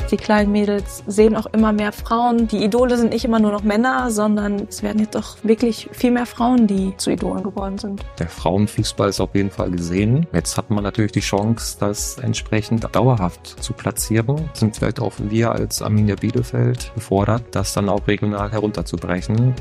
Die kleinen Mädels sehen auch immer mehr Frauen. Die Idole sind nicht immer nur noch Männer, sondern es werden jetzt doch wirklich viel mehr Frauen, die zu Idolen geworden sind. Der Frauenfußball ist auf jeden Fall gesehen. Jetzt hat man natürlich die Chance, das entsprechend dauerhaft zu platzieren. Sind vielleicht auch wir als Arminia Bielefeld gefordert, das dann auch regional herunterzubrechen.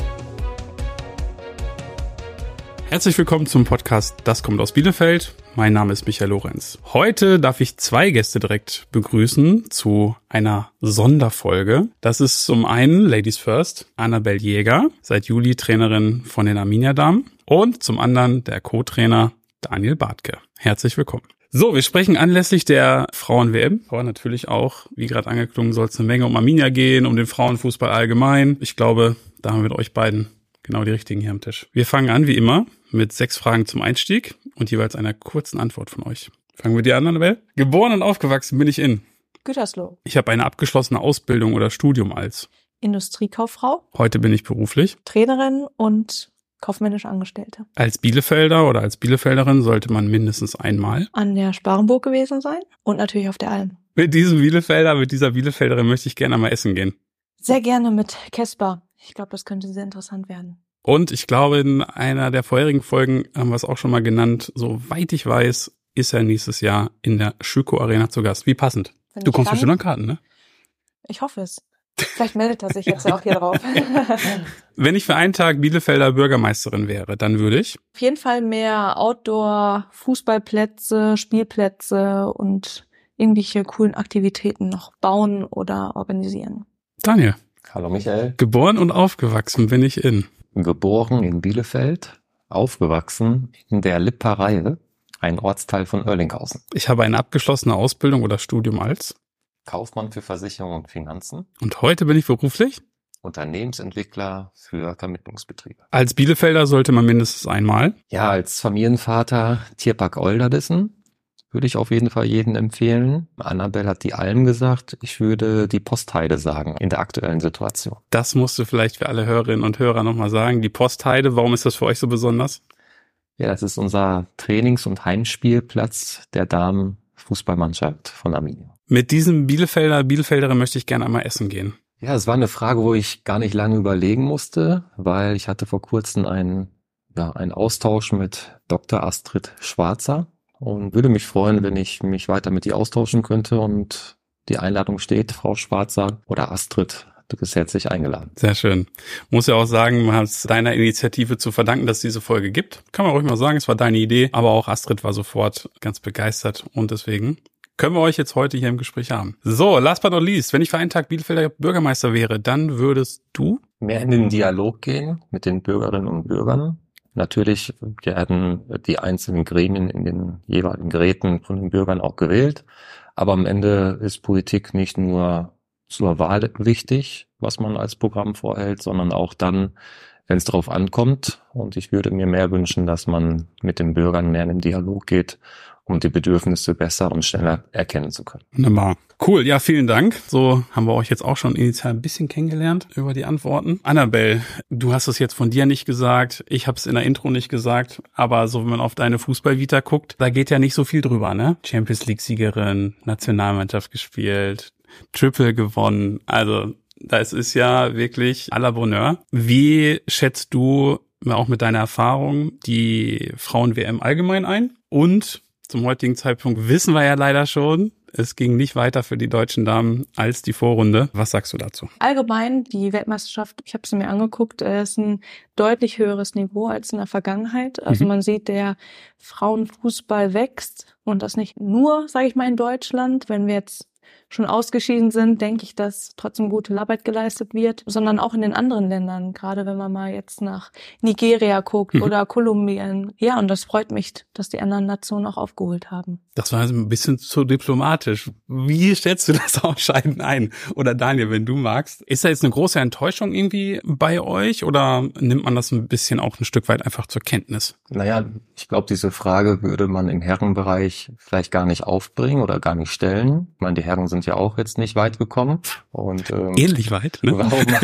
Herzlich willkommen zum Podcast Das kommt aus Bielefeld. Mein Name ist Michael Lorenz. Heute darf ich zwei Gäste direkt begrüßen zu einer Sonderfolge. Das ist zum einen Ladies First, Annabelle Jäger, seit Juli Trainerin von den Arminia Damen, und zum anderen der Co-Trainer Daniel Bartke. Herzlich willkommen. So, wir sprechen anlässlich der Frauen-WM, aber natürlich auch, wie gerade angeklungen, soll es eine Menge um Arminia gehen, um den Frauenfußball allgemein. Ich glaube, da haben wir mit euch beiden genau die richtigen hier am Tisch. Wir fangen an, wie immer, mit 6 Fragen zum Einstieg und jeweils einer kurzen Antwort von euch. Fangen wir die an, Annabelle. Geboren und aufgewachsen bin ich in Gütersloh. Ich habe eine abgeschlossene Ausbildung oder Studium als Industriekauffrau. Heute bin ich beruflich Trainerin und kaufmännische Angestellte. Als Bielefelder oder als Bielefelderin sollte man mindestens einmal An der Sparenburg gewesen sein und natürlich auf der Alm. mit dieser Bielefelderin möchte ich gerne mal essen gehen. Sehr gerne mit Caspar. Ich glaube, das könnte sehr interessant werden. Und ich glaube, in einer der vorherigen Folgen haben wir es auch schon mal genannt. Soweit ich weiß, ist er nächstes Jahr in der Schüko Arena zu Gast. Wie passend. Du kommst bestimmt an Karten, ne? Ich hoffe es. Vielleicht meldet er sich jetzt ja auch hier drauf. Wenn ich für einen Tag Bielefelder Bürgermeisterin wäre, dann würde ich Auf jeden Fall mehr Outdoor, Fußballplätze, Spielplätze und irgendwelche coolen Aktivitäten noch bauen oder organisieren. Daniel. Hallo Michael. Geboren und aufgewachsen bin ich in Geboren in Bielefeld, aufgewachsen in der Lipperei, ein Ortsteil von Oerlinghausen. Ich habe eine abgeschlossene Ausbildung oder Studium als Kaufmann für Versicherung und Finanzen, und heute bin ich beruflich. Unternehmensentwickler für Vermittlungsbetriebe. Als Bielefelder sollte man mindestens einmal Ja, als Familienvater Tierpark Olderdissen würde ich auf jeden Fall jedem empfehlen. Annabelle hat die Alm gesagt. Ich würde die Postheide sagen in der aktuellen Situation. Das musst du vielleicht für alle Hörerinnen und Hörer nochmal sagen. Die Postheide, warum ist das für euch so besonders? Ja, das ist unser Trainings- und Heimspielplatz der Damenfußballmannschaft von Arminia. Mit diesem Bielefelderin möchte ich gerne einmal essen gehen. Ja, es war eine Frage, wo ich gar nicht lange überlegen musste, weil ich hatte vor kurzem einen Austausch mit Dr. Astrid Schwarzer und würde mich freuen, wenn ich mich weiter mit ihr austauschen könnte, und die Einladung steht, Frau Schwarzer oder Astrid, du bist herzlich eingeladen. Sehr schön. Muss ja auch sagen, man hat es deiner Initiative zu verdanken, dass es diese Folge gibt. Kann man ruhig mal sagen, es war deine Idee, aber auch Astrid war sofort ganz begeistert und deswegen können wir euch jetzt heute hier im Gespräch haben. So, last but not least, wenn ich für einen Tag Bielefelder Bürgermeister wäre, dann würdest du Mehr in den Dialog gehen mit den Bürgerinnen und Bürgern. Natürlich werden die einzelnen Gremien in den jeweiligen Räten von den Bürgern auch gewählt. Aber am Ende ist Politik nicht nur zur Wahl wichtig, was man als Programm vorhält, sondern auch dann, wenn es darauf ankommt. Und ich würde mir mehr wünschen, dass man mit den Bürgern mehr in den Dialog geht, um die Bedürfnisse besser und schneller erkennen zu können. Wunderbar. Cool, ja, vielen Dank. So haben wir euch jetzt auch schon initial ein bisschen kennengelernt über die Antworten. Annabelle, du hast es jetzt von dir nicht gesagt, ich habe es in der Intro nicht gesagt, aber so, wenn man auf deine Fußballvita guckt, da geht ja nicht so viel drüber, ne? Champions League-Siegerin, Nationalmannschaft gespielt, Triple gewonnen, also das ist ja wirklich à la Bonheur. Wie schätzt du auch mit deiner Erfahrung die Frauen-WM allgemein ein? Und zum heutigen Zeitpunkt wissen wir ja leider schon, es ging nicht weiter für die deutschen Damen als die Vorrunde. Was sagst du dazu? Allgemein, die Weltmeisterschaft, ich habe sie mir angeguckt, ist ein deutlich höheres Niveau als in der Vergangenheit. Also man sieht, der Frauenfußball wächst und das nicht nur, sage ich mal, in Deutschland. Wenn wir jetzt schon ausgeschieden sind, denke ich, dass trotzdem gute Arbeit geleistet wird, sondern auch in den anderen Ländern, gerade wenn man mal jetzt nach Nigeria guckt oder Kolumbien. Ja, und das freut mich, dass die anderen Nationen auch aufgeholt haben. Das war also ein bisschen zu diplomatisch. Wie stellst du das Ausscheiden ein? Oder Daniel, wenn du magst, ist da jetzt eine große Enttäuschung irgendwie bei euch oder nimmt man das ein bisschen auch ein Stück weit einfach zur Kenntnis? Naja, ich glaube, diese Frage würde man im Herrenbereich vielleicht gar nicht aufbringen oder gar nicht stellen. Ich meine, die Herren sind ja auch jetzt nicht weit gekommen. Und ähnlich weit, ne?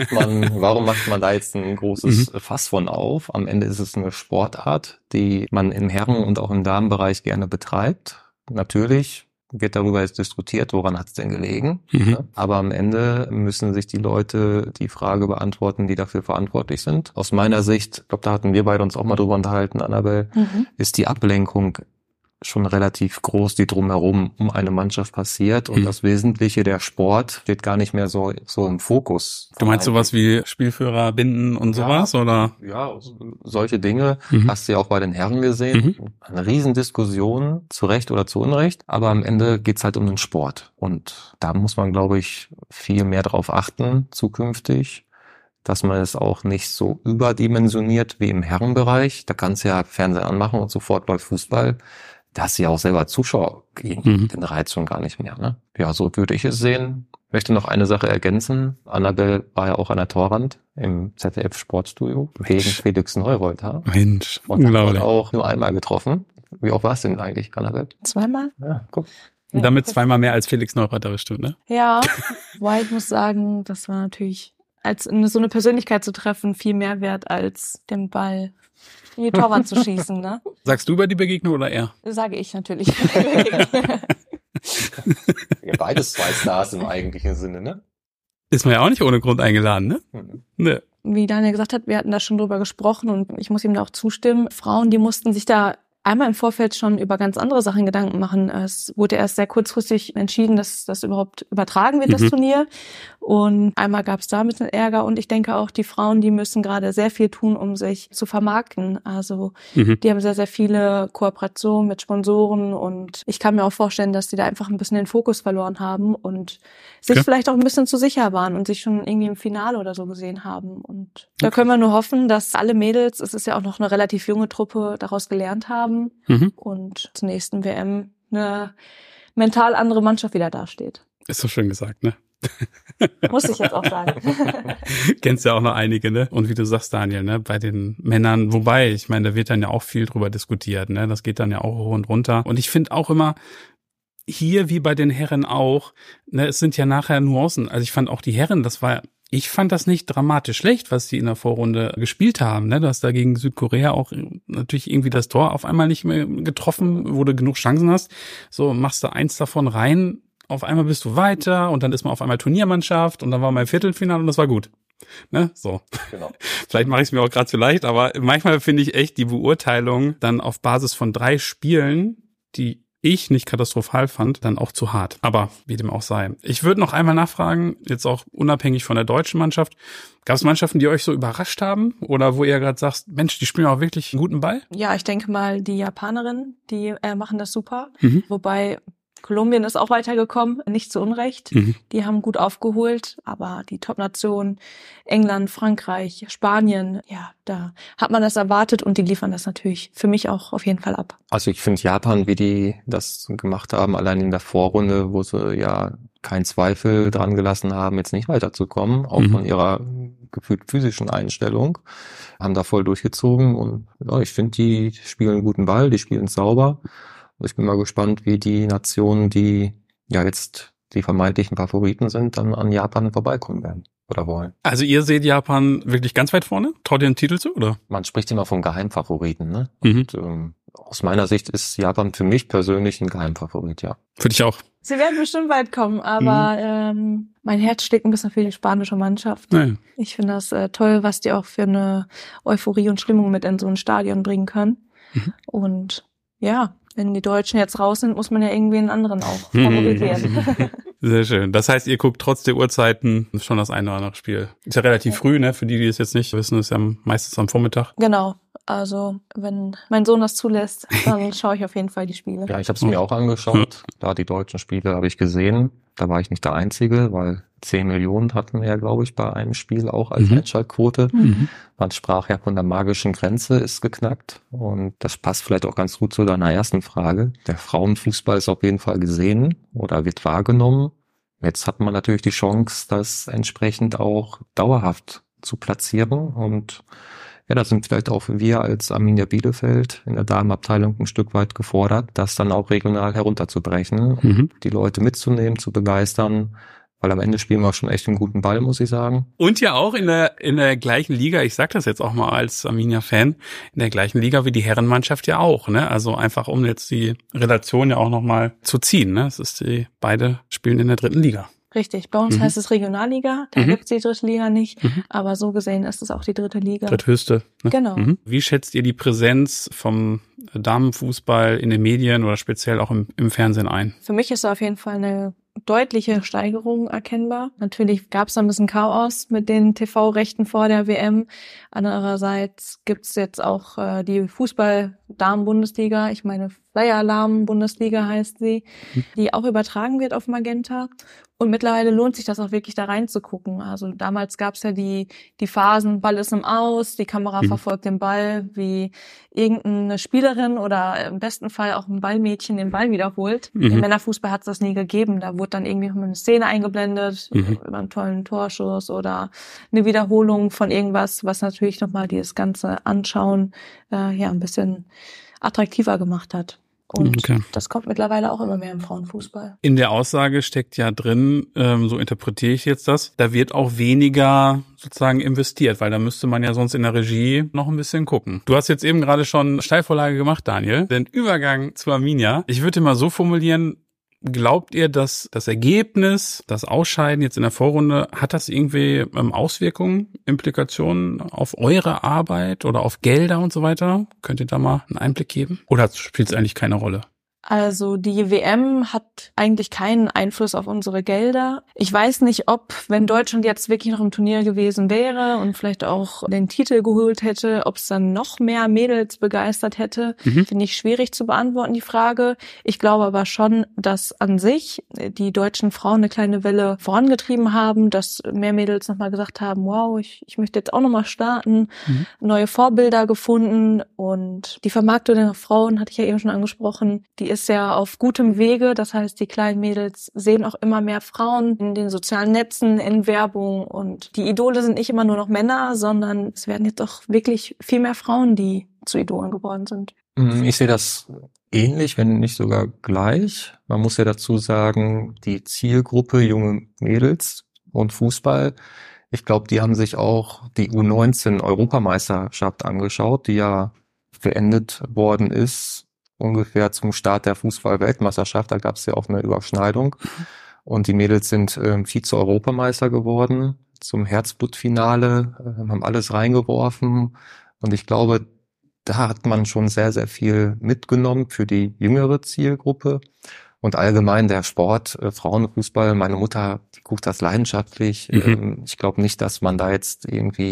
Warum macht man da jetzt ein großes Fass von auf? Am Ende ist es eine Sportart, die man im Herren- und auch im Damenbereich gerne betreibt. Natürlich wird darüber jetzt diskutiert, woran hat es denn gelegen. Ne? Aber am Ende müssen sich die Leute die Frage beantworten, die dafür verantwortlich sind. Aus meiner Sicht, ich glaube, da hatten wir beide uns auch mal drüber unterhalten, Annabel, ist die Ablenkung schon relativ groß, die drumherum um eine Mannschaft passiert. Und das Wesentliche, der Sport, steht gar nicht mehr so im Fokus. Du meinst sowas wie Spielführer binden und sowas, oder? Ja, solche Dinge hast du ja auch bei den Herren gesehen. Eine Riesendiskussion, zu Recht oder zu Unrecht. Aber am Ende geht's halt um den Sport. Und da muss man, glaube ich, viel mehr drauf achten, zukünftig, dass man es auch nicht so überdimensioniert wie im Herrenbereich. Da kannst du ja Fernseher anmachen und sofort läuft Fußball. Da hast du ja auch selber Zuschauer gegen den Reiz schon gar nicht mehr. Ne? Ja, so würde ich es sehen. Ich möchte noch eine Sache ergänzen. Annabel war ja auch an der Torwand im ZDF-Sportstudio gegen Felix Neureuter. Mensch, und hat auch nur einmal getroffen. Wie oft war es denn eigentlich, Annabel? 2-mal. Ja, guck. Und damit 2-mal mehr als Felix Neureuter bestimmt, ne? Ja, wobei ich muss sagen, das war natürlich, als so eine Persönlichkeit zu treffen, viel mehr wert als den Ball in die Torwand zu schießen, ne? Sagst du über die Begegnung oder er? Sage ich natürlich. Ja, beides 2 Stars im eigentlichen Sinne, ne? Ist man ja auch nicht ohne Grund eingeladen, ne? Ne. Wie Daniel gesagt hat, wir hatten da schon drüber gesprochen und ich muss ihm da auch zustimmen. Frauen, die mussten sich da einmal im Vorfeld schon über ganz andere Sachen Gedanken machen. Es wurde erst sehr kurzfristig entschieden, dass das überhaupt übertragen wird, das Turnier. Und einmal gab es da ein bisschen Ärger. Und ich denke auch, die Frauen, die müssen gerade sehr viel tun, um sich zu vermarkten. Also die haben sehr, sehr viele Kooperationen mit Sponsoren. Und ich kann mir auch vorstellen, dass die da einfach ein bisschen den Fokus verloren haben und sich vielleicht auch ein bisschen zu sicher waren und sich schon irgendwie im Finale oder so gesehen haben. Und da können wir nur hoffen, dass alle Mädels, es ist ja auch noch eine relativ junge Truppe, daraus gelernt haben. Und zur nächsten WM eine mental andere Mannschaft wieder dasteht. Ist doch schön gesagt, ne? Muss ich jetzt auch sagen. Kennst ja auch noch einige, ne? Und wie du sagst, Daniel, ne? Bei den Männern, wobei, ich meine, da wird dann ja auch viel drüber diskutiert, ne? Das geht dann ja auch hoch und runter. Und ich finde auch immer, hier wie bei den Herren auch, ne? Es sind ja nachher Nuancen. Also ich fand auch die Herren, ich fand das nicht dramatisch schlecht, was die in der Vorrunde gespielt haben, ne? Dass da gegen Südkorea auch natürlich irgendwie das Tor auf einmal nicht mehr getroffen, wo du genug Chancen hast. So, machst du 1 davon rein, auf einmal bist du weiter und dann ist man auf einmal Turniermannschaft und dann war man im Viertelfinale und das war gut. Ne? So. Genau. Vielleicht mache ich es mir auch gerade zu leicht, aber manchmal finde ich echt die Beurteilung dann auf Basis von 3 Spielen, die ich nicht katastrophal fand, dann auch zu hart. Aber wie dem auch sei. Ich würde noch einmal nachfragen, jetzt auch unabhängig von der deutschen Mannschaft, gab es Mannschaften, die euch so überrascht haben? Oder wo ihr gerade sagt, Mensch, die spielen auch wirklich einen guten Ball? Ja, ich denke mal, die Japanerinnen, die machen das super. Wobei Kolumbien ist auch weitergekommen, nicht zu Unrecht. Die haben gut aufgeholt, aber die Top-Nationen, England, Frankreich, Spanien, ja, da hat man das erwartet und die liefern das natürlich für mich auch auf jeden Fall ab. Also ich finde Japan, wie die das gemacht haben, allein in der Vorrunde, wo sie ja keinen Zweifel dran gelassen haben, jetzt nicht weiterzukommen, auch von ihrer gefühlt physischen Einstellung, haben da voll durchgezogen und ja, ich finde, die spielen einen guten Ball, die spielen sauber. Ich bin mal gespannt, wie die Nationen, die ja jetzt die vermeintlichen Favoriten sind, dann an Japan vorbeikommen werden oder wollen. Also ihr seht Japan wirklich ganz weit vorne? Traut ihr den Titel zu, oder? Man spricht immer von Geheimfavoriten, ne? Und aus meiner Sicht ist Japan für mich persönlich ein Geheimfavorit, ja. Für dich auch? Sie werden bestimmt weit kommen, aber mein Herz schlägt ein bisschen für die spanische Mannschaft. Nein. Ich finde das toll, was die auch für eine Euphorie und Stimmung mit in so ein Stadion bringen können. Und ja, wenn die Deutschen jetzt raus sind, muss man ja irgendwie einen anderen auch favorisieren. Sehr schön. Das heißt, ihr guckt trotz der Uhrzeiten schon das eine oder andere Spiel. Ist ja relativ früh, ne? Für die, die es jetzt nicht wissen, ist ja meistens am Vormittag. Genau. Also, wenn mein Sohn das zulässt, dann schaue ich auf jeden Fall die Spiele. Ja, ich habe es mir auch angeschaut. Da die deutschen Spiele habe ich gesehen. Da war ich nicht der Einzige, weil 10 Millionen hatten wir ja, glaube ich, bei einem Spiel auch als Einschaltquote. Man sprach ja von der magischen Grenze, ist geknackt. Und das passt vielleicht auch ganz gut zu deiner ersten Frage. Der Frauenfußball ist auf jeden Fall gesehen oder wird wahrgenommen. Jetzt hat man natürlich die Chance, das entsprechend auch dauerhaft zu platzieren. Und ja, da sind vielleicht auch wir als Arminia Bielefeld in der Damenabteilung ein Stück weit gefordert, das dann auch regional herunterzubrechen, die Leute mitzunehmen, zu begeistern, weil am Ende spielen wir schon echt einen guten Ball, muss ich sagen. Und ja auch in der gleichen Liga, ich sag das jetzt auch mal als Arminia-Fan, in der gleichen Liga wie die Herrenmannschaft ja auch, ne? Also einfach, um jetzt die Relation ja auch nochmal zu ziehen, ne? Beide spielen in der 3. Liga. Richtig, bei uns heißt es Regionalliga, da gibt's die 3. Liga nicht, aber so gesehen ist es auch die 3. Liga. Dritthöchste. Ne? Genau. Wie schätzt ihr die Präsenz vom Damenfußball in den Medien oder speziell auch im Fernsehen ein? Für mich ist da auf jeden Fall eine deutliche Steigerung erkennbar. Natürlich gab es ein bisschen Chaos mit den TV-Rechten vor der WM. Andererseits gibt's jetzt auch die Fußball-Damen-Bundesliga, ich meine Flyer-Alarm-Bundesliga heißt sie, die auch übertragen wird auf Magenta. Und mittlerweile lohnt sich das auch wirklich da reinzugucken. Also damals gab's ja die Phasen, Ball ist im Aus, die Kamera verfolgt den Ball, wie irgendeine Spielerin oder im besten Fall auch ein Ballmädchen den Ball wiederholt. Im Männerfußball hat's das nie gegeben. Da wurde dann irgendwie eine Szene eingeblendet über einen tollen Torschuss oder eine Wiederholung von irgendwas, was natürlich nochmal dieses ganze Anschauen ein bisschen attraktiver gemacht hat. Und das kommt mittlerweile auch immer mehr im Frauenfußball. In der Aussage steckt ja drin, so interpretiere ich jetzt das, da wird auch weniger sozusagen investiert, weil da müsste man ja sonst in der Regie noch ein bisschen gucken. Du hast jetzt eben gerade schon Steilvorlage gemacht, Daniel, den Übergang zu Arminia. Ich würde mal so formulieren, glaubt ihr, dass das Ergebnis, das Ausscheiden jetzt in der Vorrunde, hat das irgendwie Auswirkungen, Implikationen auf eure Arbeit oder auf Gelder und so weiter? Könnt ihr da mal einen Einblick geben? Oder spielt es eigentlich keine Rolle? Also die WM hat eigentlich keinen Einfluss auf unsere Gelder. Ich weiß nicht, ob, wenn Deutschland jetzt wirklich noch im Turnier gewesen wäre und vielleicht auch den Titel geholt hätte, ob es dann noch mehr Mädels begeistert hätte. Finde ich schwierig zu beantworten, die Frage. Ich glaube aber schon, dass an sich die deutschen Frauen eine kleine Welle vorangetrieben haben, dass mehr Mädels nochmal gesagt haben, wow, ich möchte jetzt auch nochmal starten, neue Vorbilder gefunden und die Vermarktung der Frauen, hatte ich ja eben schon angesprochen, die ist ja auf gutem Wege. Das heißt, die kleinen Mädels sehen auch immer mehr Frauen in den sozialen Netzen, in Werbung. Und die Idole sind nicht immer nur noch Männer, sondern es werden jetzt auch wirklich viel mehr Frauen, die zu Idolen geworden sind. Ich sehe das ähnlich, wenn nicht sogar gleich. Man muss ja dazu sagen, die Zielgruppe junge Mädels und Fußball, ich glaube, die haben sich auch die U19-Europameisterschaft angeschaut, die ja beendet worden ist ungefähr zum Start der Fußball-Weltmeisterschaft. Da gab es ja auch eine Überschneidung. Und die Mädels sind Vize-Europameister geworden zum Herzblutfinale, haben alles reingeworfen. Und ich glaube, da hat man schon sehr, sehr viel mitgenommen für die jüngere Zielgruppe. Und allgemein der Sport, Frauenfußball, meine Mutter, die guckt das leidenschaftlich. Ich glaube nicht, dass man da jetzt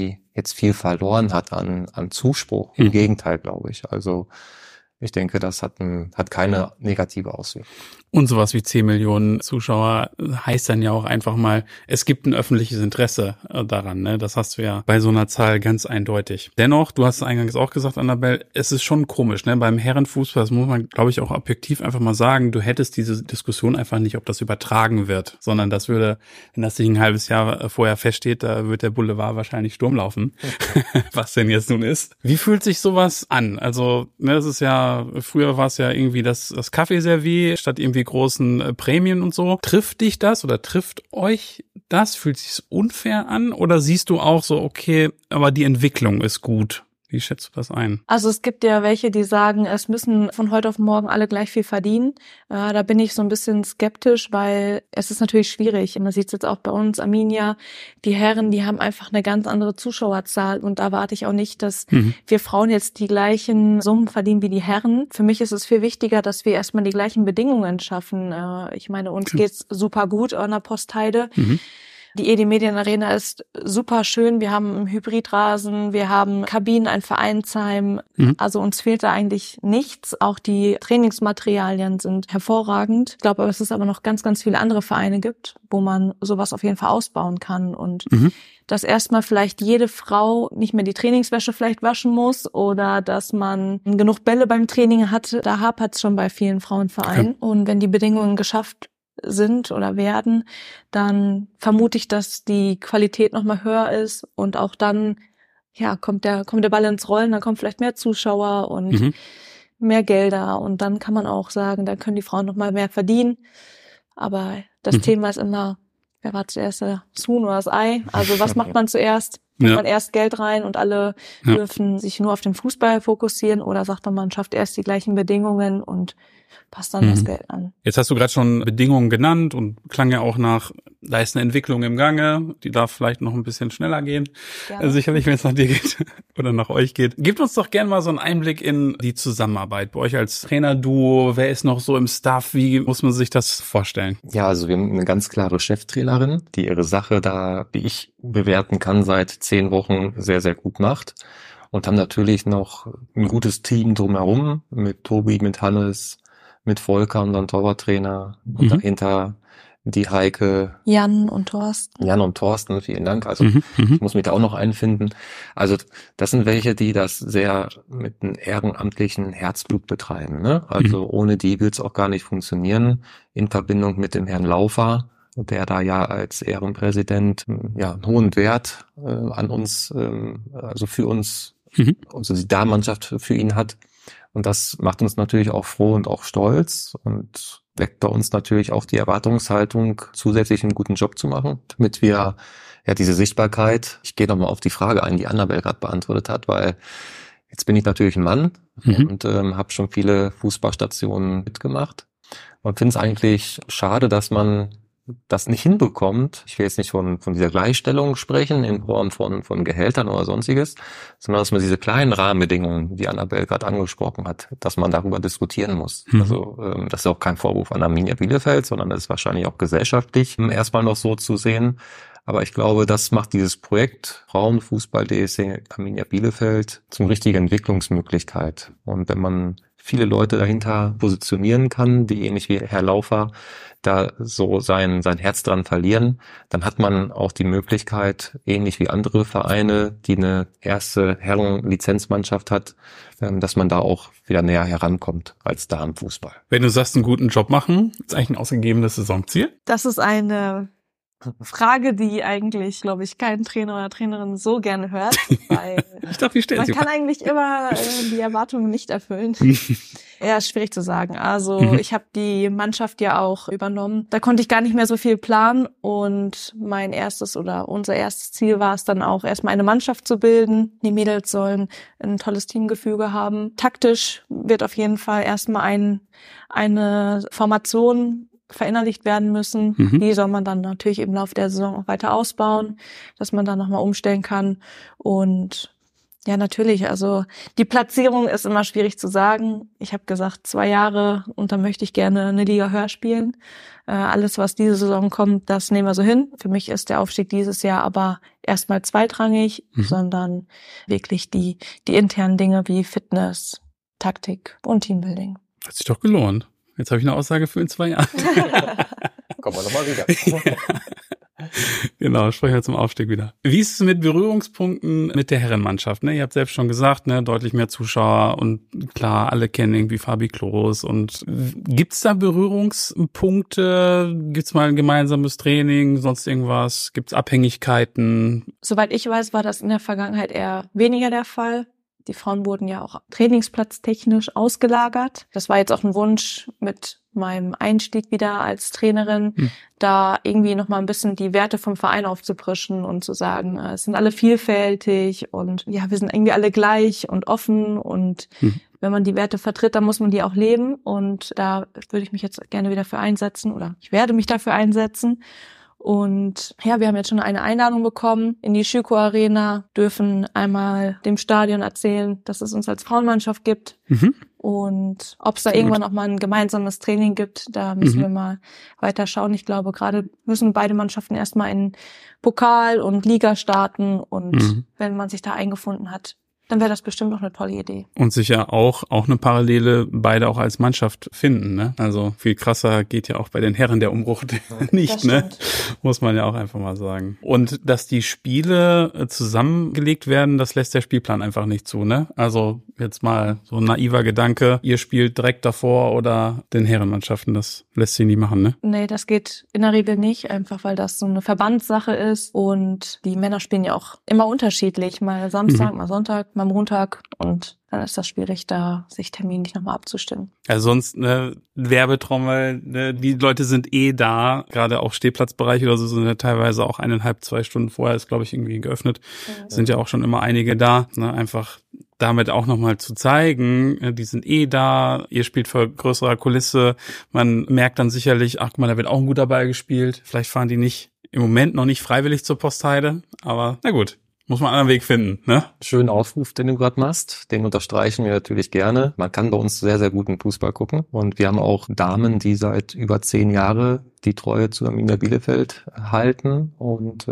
viel verloren hat an Zuspruch. Im Gegenteil, glaube ich. Also ich denke, das hat keine negative Auswirkung. Und sowas wie 10 Millionen Zuschauer heißt dann ja auch einfach mal, es gibt ein öffentliches Interesse daran, ne? Das hast du ja bei so einer Zahl ganz eindeutig. Dennoch, du hast es eingangs auch gesagt, Annabelle, es ist schon komisch, ne? Beim Herrenfußball, das muss man, glaube ich, auch objektiv einfach mal sagen, du hättest diese Diskussion einfach nicht, ob das übertragen wird, sondern das würde, wenn das nicht ein halbes Jahr vorher feststeht, da wird der Boulevard wahrscheinlich Sturm laufen, was denn jetzt nun ist. Wie fühlt sich sowas an? Also, ne, das ist ja, früher war es ja irgendwie das Kaffeeservice statt irgendwie großen Prämien und so. Trifft dich das oder trifft euch das? Fühlt sich's unfair an? Oder siehst du auch so, okay, aber die Entwicklung ist gut? Wie schätzt du das ein? Also es gibt ja welche, die sagen, es müssen von heute auf morgen alle gleich viel verdienen. Da bin ich so ein bisschen skeptisch, weil es ist natürlich schwierig. Man sieht es jetzt auch bei uns, Arminia, die Herren, die haben einfach eine ganz andere Zuschauerzahl und da erwarte ich auch nicht, dass wir Frauen jetzt die gleichen Summen verdienen wie die Herren. Für mich ist es viel wichtiger, dass wir erstmal die gleichen Bedingungen schaffen. Ich meine, uns geht's super gut an der Postheide. Die ED Medien Arena ist super schön. Wir haben einen Hybridrasen, wir haben Kabinen, ein Vereinsheim. Also uns fehlt da eigentlich nichts. Auch die Trainingsmaterialien sind hervorragend. Ich glaube, dass es aber noch ganz, ganz viele andere Vereine gibt, wo man sowas auf jeden Fall ausbauen kann. Und dass erstmal vielleicht jede Frau nicht mehr die Trainingswäsche vielleicht waschen muss oder dass man genug Bälle beim Training hat. Da hapert es schon bei vielen Frauenvereinen. Und wenn die Bedingungen geschafft sind oder werden, dann vermute ich, dass die Qualität nochmal höher ist und auch dann, ja, kommt der Ball ins Rollen, dann kommen vielleicht mehr Zuschauer und mehr Gelder und dann kann man auch sagen, dann können die Frauen nochmal mehr verdienen. Aber das Thema ist immer, wer war zuerst, das Huhn oder das Ei? Also was macht man zuerst? Macht man erst Geld rein und alle dürfen sich nur auf den Fußball fokussieren, oder sagt man schafft erst die gleichen Bedingungen und passt dann das Geld an? Jetzt hast du gerade schon Bedingungen genannt und klang ja auch nach, da ist eine Entwicklung im Gange, die darf vielleicht noch ein bisschen schneller gehen. Sicherlich, wenn es nach dir geht oder nach euch geht. Gebt uns doch gerne mal so einen Einblick in die Zusammenarbeit bei euch als Trainerduo. Wer ist noch so im Staff? Wie muss man sich das vorstellen? Ja, also wir haben eine ganz klare Cheftrainerin, die ihre Sache da, wie ich bewerten kann, seit 10 Wochen sehr, sehr gut macht. Und haben natürlich noch ein gutes Team drumherum mit Tobi, mit Hannes, mit Volker, unseren Torwarttrainer, und dahinter die Heike. Jan und Thorsten, vielen Dank. Also ich muss mich da auch noch einfinden. Also das sind welche, die das sehr mit einem ehrenamtlichen Herzblut betreiben, ne? Also ohne die will es auch gar nicht funktionieren. In Verbindung mit dem Herrn Laufer, der da ja als Ehrenpräsident einen hohen Wert an uns, also für uns, also die Damenmannschaft für ihn hat. Und das macht uns natürlich auch froh und auch stolz und weckt bei uns natürlich auch die Erwartungshaltung, zusätzlich einen guten Job zu machen, damit wir diese Sichtbarkeit, ich gehe nochmal auf die Frage ein, die Annabelle gerade beantwortet hat, weil jetzt bin ich natürlich ein Mann und habe schon viele Fußballstationen mitgemacht und finde es eigentlich schade, dass man das nicht hinbekommt. Ich will jetzt nicht von dieser Gleichstellung sprechen in Form von Gehältern oder sonstiges, sondern dass man diese kleinen Rahmenbedingungen, die Annabelle gerade angesprochen hat, dass man darüber diskutieren muss. Also das ist auch kein Vorwurf an Arminia Bielefeld, sondern das ist wahrscheinlich auch gesellschaftlich erstmal noch so zu sehen. Aber ich glaube, das macht dieses Projekt Frauenfußball DSC Arminia Bielefeld zum richtigen Entwicklungsmöglichkeit. Und wenn man viele Leute dahinter positionieren kann, die ähnlich wie Herr Laufer da so sein Herz dran verlieren, dann hat man auch die Möglichkeit, ähnlich wie andere Vereine, die eine erste Herren-Lizenzmannschaft hat, dass man da auch wieder näher herankommt als Damenfußball. Wenn du sagst, einen guten Job machen, ist eigentlich ein ausgegebenes Saisonziel? Das ist eine Frage, die eigentlich, glaube ich, kein Trainer oder Trainerin so gerne hört, weil ich dachte, wie stellst man kann eigentlich immer die Erwartungen nicht erfüllen. Ja, schwierig zu sagen. Also ich habe die Mannschaft ja auch übernommen. Da konnte ich gar nicht mehr so viel planen und mein erstes oder unser erstes Ziel war es dann auch, erstmal eine Mannschaft zu bilden. Die Mädels sollen ein tolles Teamgefüge haben. Taktisch wird auf jeden Fall erstmal eine Formation verinnerlicht werden müssen. Die soll man dann natürlich im Laufe der Saison auch weiter ausbauen, dass man dann nochmal umstellen kann. Und ja, natürlich, also die Platzierung ist immer schwierig zu sagen. Ich habe gesagt 2 Jahre und dann möchte ich gerne eine Liga höher spielen. Alles, was diese Saison kommt, das nehmen wir so hin. Für mich ist der Aufstieg dieses Jahr aber erstmal zweitrangig, sondern wirklich die internen Dinge wie Fitness, Taktik und Teambuilding. Hat sich doch gelohnt. Jetzt habe ich eine Aussage für in 2 Jahren. Kommen wir nochmal wieder. Genau, sprechen wir zum Aufstieg wieder. Wie ist es mit Berührungspunkten mit der Herrenmannschaft? Ne? Ihr habt selbst schon gesagt, ne, deutlich mehr Zuschauer und klar, alle kennen irgendwie Fabi Klos. Und gibt's da Berührungspunkte? Gibt's mal ein gemeinsames Training, sonst irgendwas? Gibt's Abhängigkeiten? Soweit ich weiß, war das in der Vergangenheit eher weniger der Fall. Die Frauen wurden ja auch trainingsplatztechnisch ausgelagert. Das war jetzt auch ein Wunsch mit meinem Einstieg wieder als Trainerin, da irgendwie noch mal ein bisschen die Werte vom Verein aufzuprischen und zu sagen, es sind alle vielfältig und ja, wir sind irgendwie alle gleich und offen und wenn man die Werte vertritt, dann muss man die auch leben und da würde ich mich jetzt gerne wieder für einsetzen oder ich werde mich dafür einsetzen. Und ja, wir haben jetzt schon eine Einladung bekommen in die Schüko Arena, dürfen einmal dem Stadion erzählen, dass es uns als Frauenmannschaft gibt. Und ob es da irgendwann auch mal ein gemeinsames Training gibt, da müssen wir mal weiter schauen. Ich glaube, gerade müssen beide Mannschaften erstmal in Pokal und Liga starten und wenn man sich da eingefunden hat, dann wäre das bestimmt noch eine tolle Idee. Und sicher auch eine Parallele beide auch als Mannschaft finden, ne? Also viel krasser geht ja auch bei den Herren der Umbruch nicht, ne? Muss man ja auch einfach mal sagen. Und dass die Spiele zusammengelegt werden, das lässt der Spielplan einfach nicht zu, ne? Also jetzt mal so ein naiver Gedanke, ihr spielt direkt davor oder den Herrenmannschaften, das lässt sich nicht machen, ne? Nee, das geht in der Regel nicht, einfach weil das so eine Verbandssache ist und die Männer spielen ja auch immer unterschiedlich, mal Samstag, mal Sonntag, mal Montag und dann ist das schwierig, da sich terminlich nochmal abzustimmen. Also sonst eine Werbetrommel, ne, die Leute sind da, gerade auch Stehplatzbereich oder so sind ja teilweise auch 1,5, 2 Stunden vorher ist, glaube ich, irgendwie geöffnet. Sind ja auch schon immer einige da, ne, einfach damit auch nochmal zu zeigen, die sind da, ihr spielt vor größerer Kulisse, man merkt dann sicherlich, ach guck mal, da wird auch ein guter Ball gespielt, vielleicht fahren die nicht im Moment noch nicht freiwillig zur Postheide, aber na gut. Muss man einen anderen Weg finden, ne? Schönen Aufruf, den du gerade machst. Den unterstreichen wir natürlich gerne. Man kann bei uns sehr, sehr guten Fußball gucken. Und wir haben auch Damen, die seit über 10 Jahre die Treue zu Arminia Bielefeld halten. Und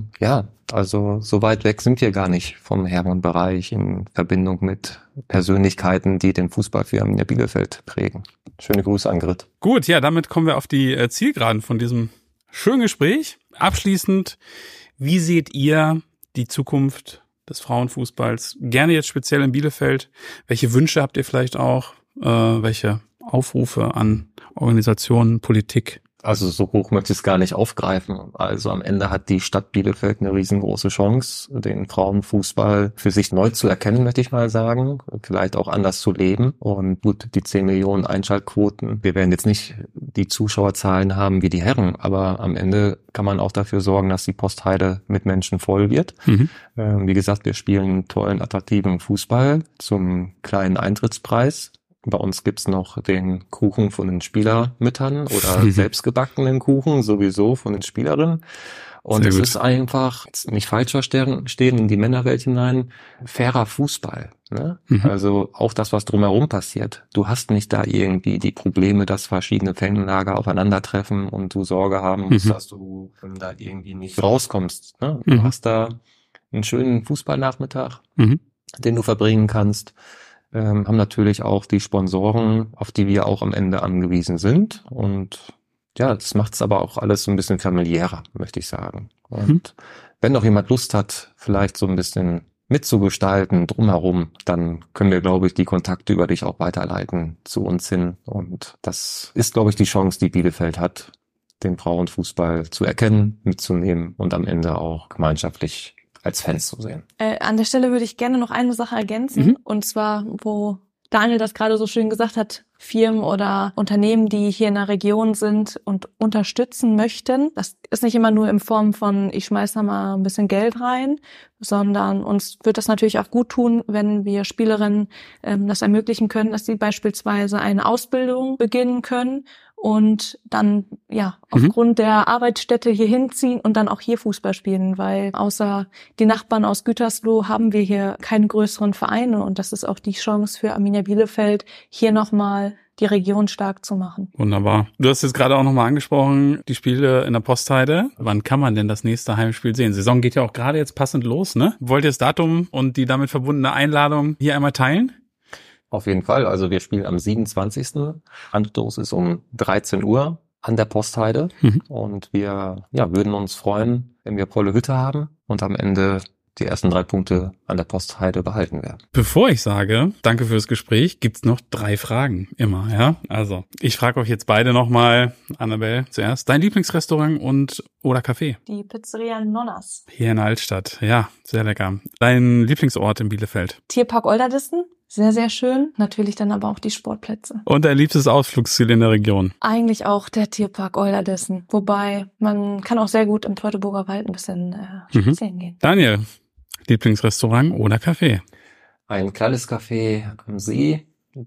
also so weit weg sind wir gar nicht vom Herrenbereich in Verbindung mit Persönlichkeiten, die den Fußball für Arminia Bielefeld prägen. Schöne Grüße an Grit. Gut, ja, damit kommen wir auf die Zielgeraden von diesem schönen Gespräch. Abschließend, wie seht ihr die Zukunft des Frauenfußballs, gerne jetzt speziell in Bielefeld? Welche Wünsche habt ihr vielleicht auch? Welche Aufrufe an Organisationen, Politik? Also so hoch möchte ich es gar nicht aufgreifen. Also am Ende hat die Stadt Bielefeld eine riesengroße Chance, den Frauenfußball für sich neu zu erkennen, möchte ich mal sagen. Vielleicht auch anders zu leben. Und gut, die 10 Millionen Einschaltquoten. Wir werden jetzt nicht die Zuschauerzahlen haben wie die Herren, aber am Ende kann man auch dafür sorgen, dass die Postheide mit Menschen voll wird. Wie gesagt, wir spielen tollen, attraktiven Fußball zum kleinen Eintrittspreis. Bei uns gibt's noch den Kuchen von den Spielermüttern oder selbstgebackenen Kuchen sowieso von den Spielerinnen. Und es ist einfach, nicht falsch verstehen, in die Männerwelt hinein, fairer Fußball. Ne? Also auch das, was drumherum passiert. Du hast nicht da irgendwie die Probleme, dass verschiedene Fanlager aufeinandertreffen und du Sorge haben musst, dass du da irgendwie nicht rauskommst. Ne? Du hast da einen schönen Fußballnachmittag, den du verbringen kannst. Haben natürlich auch die Sponsoren, auf die wir auch am Ende angewiesen sind. Und ja, das macht es aber auch alles so ein bisschen familiärer, möchte ich sagen. Und wenn noch jemand Lust hat, vielleicht so ein bisschen mitzugestalten drumherum, dann können wir, glaube ich, die Kontakte über dich auch weiterleiten zu uns hin. Und das ist, glaube ich, die Chance, die Bielefeld hat, den Frauenfußball zu erkennen, mitzunehmen und am Ende auch gemeinschaftlich als Fans zu sehen. An der Stelle würde ich gerne noch eine Sache ergänzen, und zwar, wo Daniel das gerade so schön gesagt hat, Firmen oder Unternehmen, die hier in der Region sind und unterstützen möchten. Das ist nicht immer nur in Form von, ich schmeiß da mal ein bisschen Geld rein, sondern uns wird das natürlich auch gut tun, wenn wir Spielerinnen das ermöglichen können, dass sie beispielsweise eine Ausbildung beginnen können und dann aufgrund der Arbeitsstätte hier hinziehen und dann auch hier Fußball spielen, weil außer die Nachbarn aus Gütersloh haben wir hier keine größeren Vereine und das ist auch die Chance für Arminia Bielefeld, hier nochmal die Region stark zu machen. Wunderbar. Du hast jetzt gerade auch nochmal angesprochen, die Spiele in der Postheide. Wann kann man denn das nächste Heimspiel sehen? Saison geht ja auch gerade jetzt passend los, ne? Wollt ihr das Datum und die damit verbundene Einladung hier einmal teilen? Auf jeden Fall. Also wir spielen am 27. Anstoß ist um 13 Uhr an der Postheide. Und wir würden uns freuen, wenn wir volle Hütte haben und am Ende die ersten 3 Punkte an der Postheide behalten werden. Bevor ich sage, danke fürs Gespräch, gibt's noch 3 Fragen immer, ja? Also, ich frage euch jetzt beide nochmal, Annabelle zuerst, dein Lieblingsrestaurant oder Café? Die Pizzeria Nonnas. Hier in der Altstadt, ja, sehr lecker. Dein Lieblingsort in Bielefeld? Tierpark Olderdissen. Sehr, sehr schön. Natürlich dann aber auch die Sportplätze. Und dein liebstes Ausflugsziel in der Region? Eigentlich auch der Tierpark Olderdissen. Wobei, man kann auch sehr gut im Teutoburger Wald ein bisschen spazieren gehen. Daniel, Lieblingsrestaurant oder Café? Ein kleines Café am See,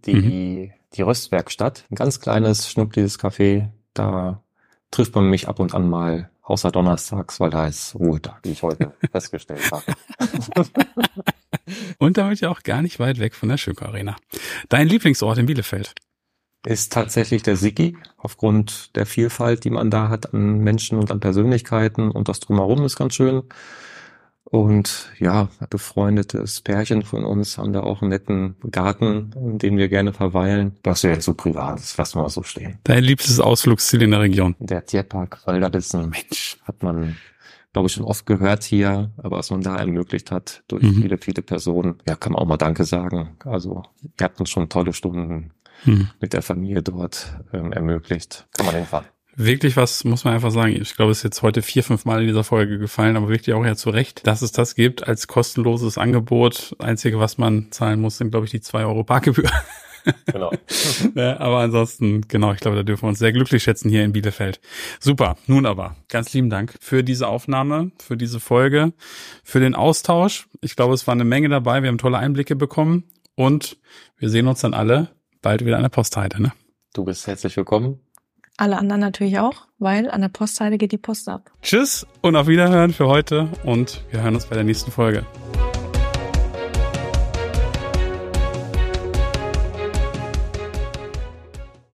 die Röstwerkstatt. Ein ganz kleines, schnuckliges Café. Da trifft man mich ab und an mal, außer donnerstags, weil da ist Ruhetag, wie ich heute festgestellt habe. Und damit ja auch gar nicht weit weg von der Schöker Arena. Dein Lieblingsort in Bielefeld? Ist tatsächlich der Sigi, aufgrund der Vielfalt, die man da hat an Menschen und an Persönlichkeiten, und das Drumherum ist ganz schön. Und ja, ein befreundetes Pärchen von uns haben da auch einen netten Garten, in dem wir gerne verweilen. Das wäre jetzt so privat, das lassen wir mal so stehen. Dein liebstes Ausflugsziel in der Region? Der Tierpark Olderdissen, hat man, glaube ich, schon oft gehört hier, aber was man da ermöglicht hat durch viele, viele Personen, ja, kann man auch mal Danke sagen. Also wir hatten schon tolle Stunden mit der Familie dort ermöglicht. Kann man hinfahren. wirklich was, muss man einfach sagen. Ich glaube, es ist jetzt heute 4-5 Mal in dieser Folge gefallen, aber wirklich auch ja zu Recht, dass es das gibt als kostenloses Angebot. Einzige, was man zahlen muss, sind, glaube ich, die 2 Euro Parkgebühr. Genau. Ja, aber ansonsten, genau, ich glaube, da dürfen wir uns sehr glücklich schätzen hier in Bielefeld. Super, nun aber, ganz lieben Dank für diese Aufnahme, für diese Folge, für den Austausch. Ich glaube, es war eine Menge dabei, wir haben tolle Einblicke bekommen und wir sehen uns dann alle bald wieder an der Postheide, ne? Du bist herzlich willkommen. Alle anderen natürlich auch, weil an der Postseite geht die Post ab. Tschüss und auf Wiederhören für heute und wir hören uns bei der nächsten Folge.